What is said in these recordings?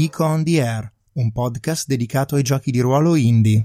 Nico on the Air, un podcast dedicato ai giochi di ruolo indie.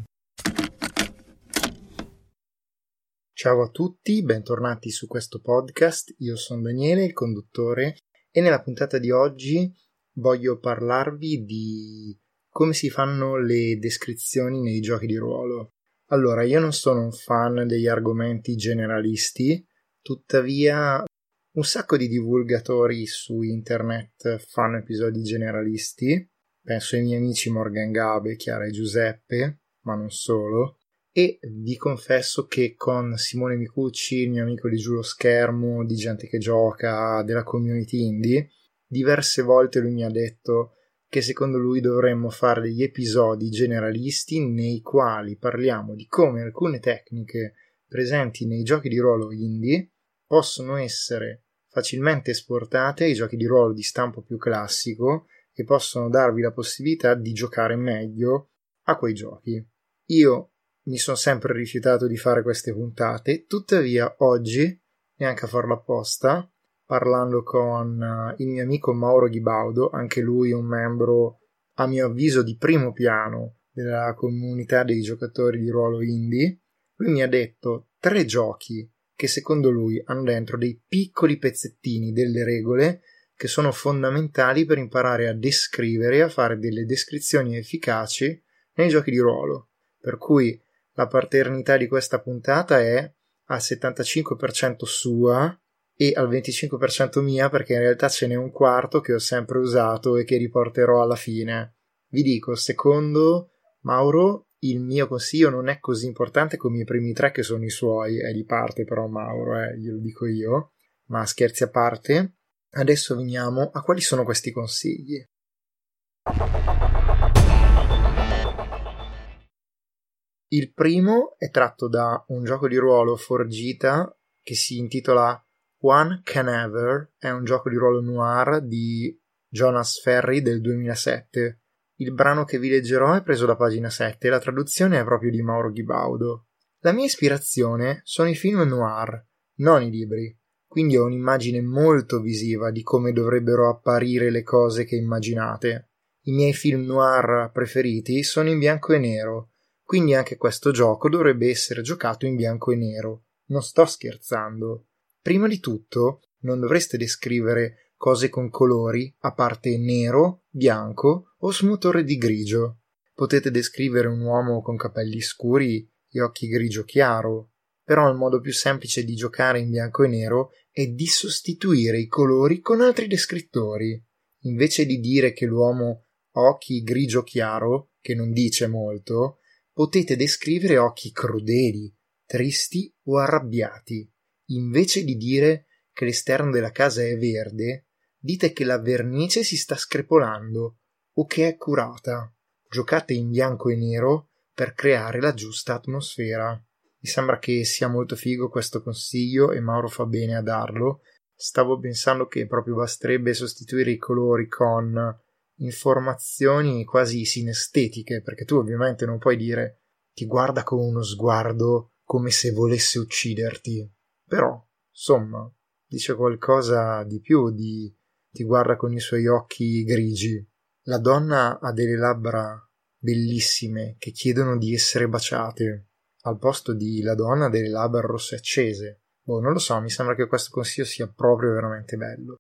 Ciao a tutti, bentornati su questo podcast. Io sono Daniele, il conduttore, e nella puntata di oggi voglio parlarvi di come si fanno le descrizioni nei giochi di ruolo. Allora, io non sono un fan degli argomenti generalisti, tuttavia un sacco di divulgatori su internet fanno episodi generalisti. Penso ai miei amici Morgan Gabe, Chiara e Giuseppe, ma non solo. E vi confesso che con Simone Micucci, il mio amico di Giù lo Schermo, di gente che gioca, della community indie, diverse volte lui mi ha detto che secondo lui dovremmo fare degli episodi generalisti nei quali parliamo di come alcune tecniche presenti nei giochi di ruolo indie possono essere facilmente esportate ai giochi di ruolo di stampo più classico e possono darvi la possibilità di giocare meglio a quei giochi. Io mi sono sempre rifiutato di fare queste puntate, tuttavia oggi, neanche a farlo apposta, parlando con il mio amico Mauro Ghibaudo, anche lui un membro a mio avviso di primo piano della comunità dei giocatori di ruolo indie, lui mi ha detto 3 giochi che secondo lui hanno dentro dei piccoli pezzettini delle regole che sono fondamentali per imparare a descrivere e a fare delle descrizioni efficaci nei giochi di ruolo. Per cui la paternità di questa puntata è al 75% sua e al 25% mia, perché in realtà ce n'è un quarto che ho sempre usato e che riporterò alla fine. Vi dico, secondo Mauro, il mio consiglio non è così importante come i primi 3 che sono i suoi, è di parte però Mauro, glielo dico io, ma scherzi a parte, adesso veniamo a quali sono questi consigli. Il primo è tratto da un gioco di ruolo Forgita che si intitola One Can Ever, è un gioco di ruolo noir di Jonas Ferry del 2007. Il brano che vi leggerò è preso da pagina 7 e la traduzione è proprio di Mauro Ghibaudo. La mia ispirazione sono i film noir, non i libri, quindi ho un'immagine molto visiva di come dovrebbero apparire le cose che immaginate. I miei film noir preferiti sono in bianco e nero, quindi anche questo gioco dovrebbe essere giocato in bianco e nero. Non sto scherzando. Prima di tutto, non dovreste descrivere cose con colori, a parte nero, bianco o smotore di grigio. Potete descrivere un uomo con capelli scuri e occhi grigio chiaro, però il modo più semplice di giocare in bianco e nero è di sostituire i colori con altri descrittori. Invece di dire che l'uomo ha occhi grigio chiaro, che non dice molto, potete descrivere occhi crudeli, tristi o arrabbiati. Invece di dire che l'esterno della casa è verde, dite che la vernice si sta screpolando o che è curata. Giocate in bianco e nero per creare la giusta atmosfera. Mi sembra che sia molto figo questo consiglio e Mauro fa bene a darlo. Stavo pensando che proprio basterebbe sostituire i colori con informazioni quasi sinestetiche, perché tu ovviamente non puoi dire ti guarda con uno sguardo come se volesse ucciderti, però insomma dice qualcosa di più di ti guarda con i suoi occhi grigi. La donna ha delle labbra bellissime che chiedono di essere baciate, al posto di la donna ha delle labbra rosse accese. Non lo so, mi sembra che questo consiglio sia proprio veramente bello.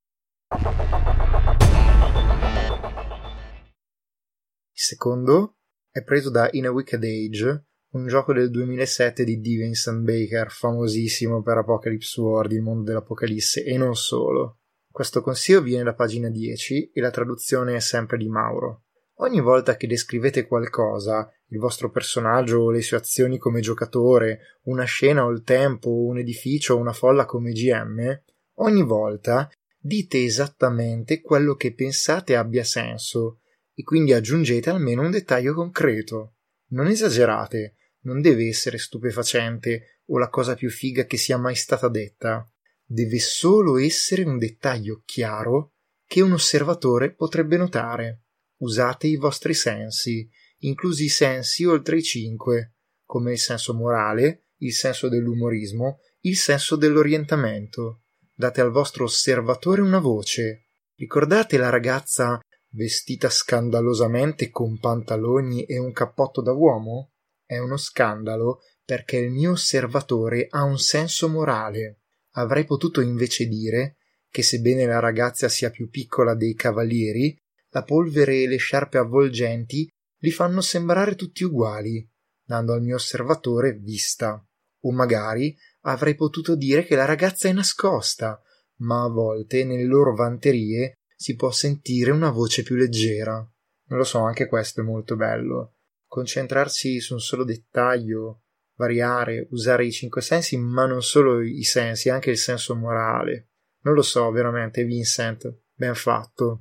Il secondo è preso da In a Wicked Age, un gioco del 2007 di D. Vincent Baker, famosissimo per Apocalypse World, il mondo dell'Apocalisse, e non solo. Questo consiglio viene da pagina 10 e la traduzione è sempre di Mauro. Ogni volta che descrivete qualcosa, il vostro personaggio o le sue azioni come giocatore, una scena o il tempo, un edificio o una folla come GM, ogni volta dite esattamente quello che pensate abbia senso e quindi aggiungete almeno un dettaglio concreto. Non esagerate, non deve essere stupefacente o la cosa più figa che sia mai stata detta. Deve solo essere un dettaglio chiaro che un osservatore potrebbe notare. Usate i vostri sensi, inclusi i sensi oltre i 5, come il senso morale, il senso dell'umorismo, il senso dell'orientamento. Date al vostro osservatore una voce. Ricordate la ragazza vestita scandalosamente con pantaloni e un cappotto da uomo? È uno scandalo perché il mio osservatore ha un senso morale. Avrei potuto invece dire che sebbene la ragazza sia più piccola dei cavalieri, la polvere e le sciarpe avvolgenti li fanno sembrare tutti uguali, dando al mio osservatore vista. O magari avrei potuto dire che la ragazza è nascosta, ma a volte nelle loro vanterie si può sentire una voce più leggera. Non lo so, anche questo è molto bello. Concentrarsi su un solo dettaglio, variare, usare i 5 sensi, ma non solo i sensi, anche il senso morale. Non lo so, veramente, Vincent, ben fatto.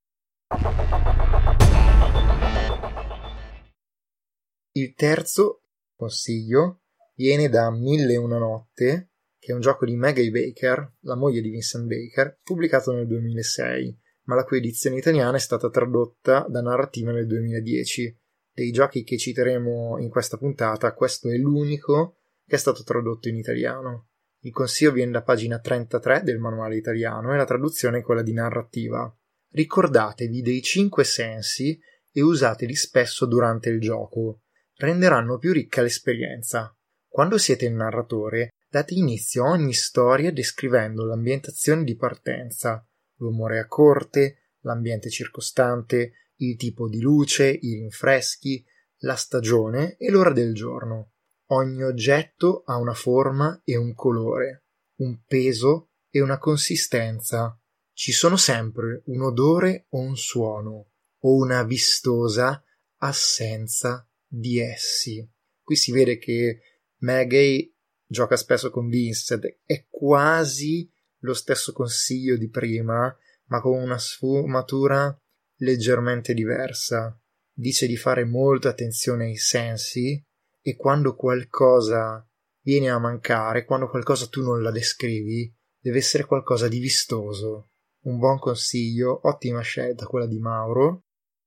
Il terzo consiglio viene da 1001 notte, che è un gioco di Maggie Baker, la moglie di Vincent Baker, pubblicato nel 2006, ma la cui edizione italiana è stata tradotta da Narrativa nel 2010. Dei giochi che citeremo in questa puntata, questo è l'unico che è stato tradotto in italiano. Il consiglio viene da pagina 33 del manuale italiano e la traduzione è quella di Narrativa. Ricordatevi dei 5 sensi e usateli spesso durante il gioco. Renderanno più ricca l'esperienza. Quando siete il narratore, date inizio a ogni storia descrivendo l'ambientazione di partenza, l'umore a corte, l'ambiente circostante, il tipo di luce, i rinfreschi, la stagione e l'ora del giorno. Ogni oggetto ha una forma e un colore, un peso e una consistenza. Ci sono sempre un odore o un suono, o una vistosa assenza di essi. Qui si vede che Maggie gioca spesso con Vincent, è quasi lo stesso consiglio di prima, ma con una sfumatura leggermente diversa. Dice di fare molta attenzione ai sensi e quando qualcosa viene a mancare, quando qualcosa tu non la descrivi, deve essere qualcosa di vistoso. Un buon consiglio, ottima scelta quella di Mauro.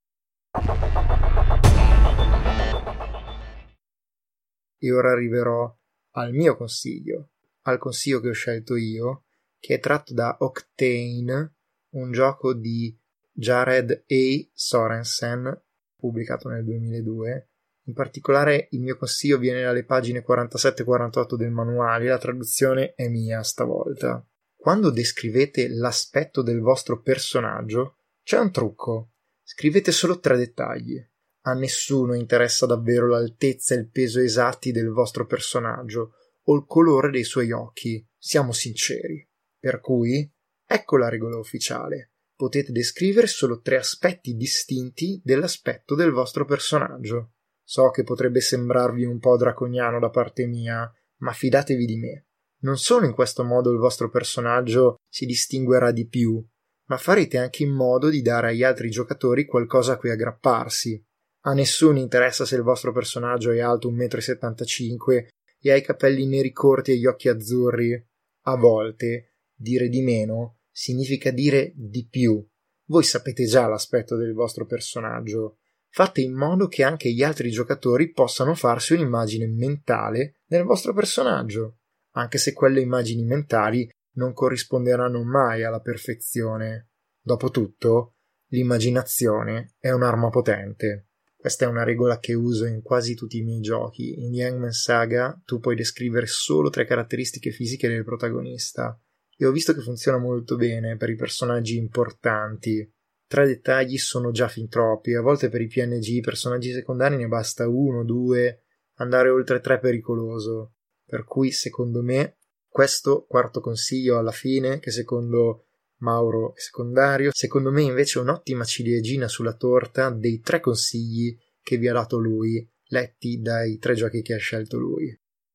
E ora arriverò al mio consiglio, al consiglio che ho scelto io, che è tratto da Octane, un gioco di Jared A. Sorensen, pubblicato nel 2002. In particolare il mio consiglio viene dalle pagine 47-48 del manuale, la traduzione è mia stavolta. Quando descrivete l'aspetto del vostro personaggio, c'è un trucco. Scrivete solo 3 dettagli. A nessuno interessa davvero l'altezza e il peso esatti del vostro personaggio o il colore dei suoi occhi, siamo sinceri. Per cui, ecco la regola ufficiale. Potete descrivere solo 3 aspetti distinti dell'aspetto del vostro personaggio. So che potrebbe sembrarvi un po' draconiano da parte mia, ma fidatevi di me. Non solo in questo modo il vostro personaggio si distinguerà di più, ma farete anche in modo di dare agli altri giocatori qualcosa a cui aggrapparsi. A nessuno interessa se il vostro personaggio è alto 1,75 m e ha i capelli neri corti e gli occhi azzurri. A volte, dire di meno significa dire di più. Voi sapete già l'aspetto del vostro personaggio. Fate in modo che anche gli altri giocatori possano farsi un'immagine mentale del vostro personaggio, anche se quelle immagini mentali non corrisponderanno mai alla perfezione. Dopotutto, l'immaginazione è un'arma potente. Questa è una regola che uso in quasi tutti i miei giochi. In The Hangman Saga tu puoi descrivere solo 3 caratteristiche fisiche del protagonista e ho visto che funziona molto bene per i personaggi importanti. 3 dettagli sono già fin troppi, a volte per i PNG, personaggi secondari ne basta 1, 2, andare oltre 3 è pericoloso. Per cui secondo me questo quarto consiglio alla fine, che secondo Mauro è secondario, secondo me invece è un'ottima ciliegina sulla torta dei 3 consigli che vi ha dato lui, letti dai 3 giochi che ha scelto lui.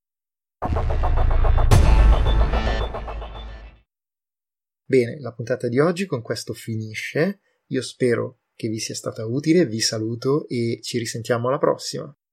Bene, la puntata di oggi con questo finisce. Io spero che vi sia stata utile, vi saluto e ci risentiamo alla prossima.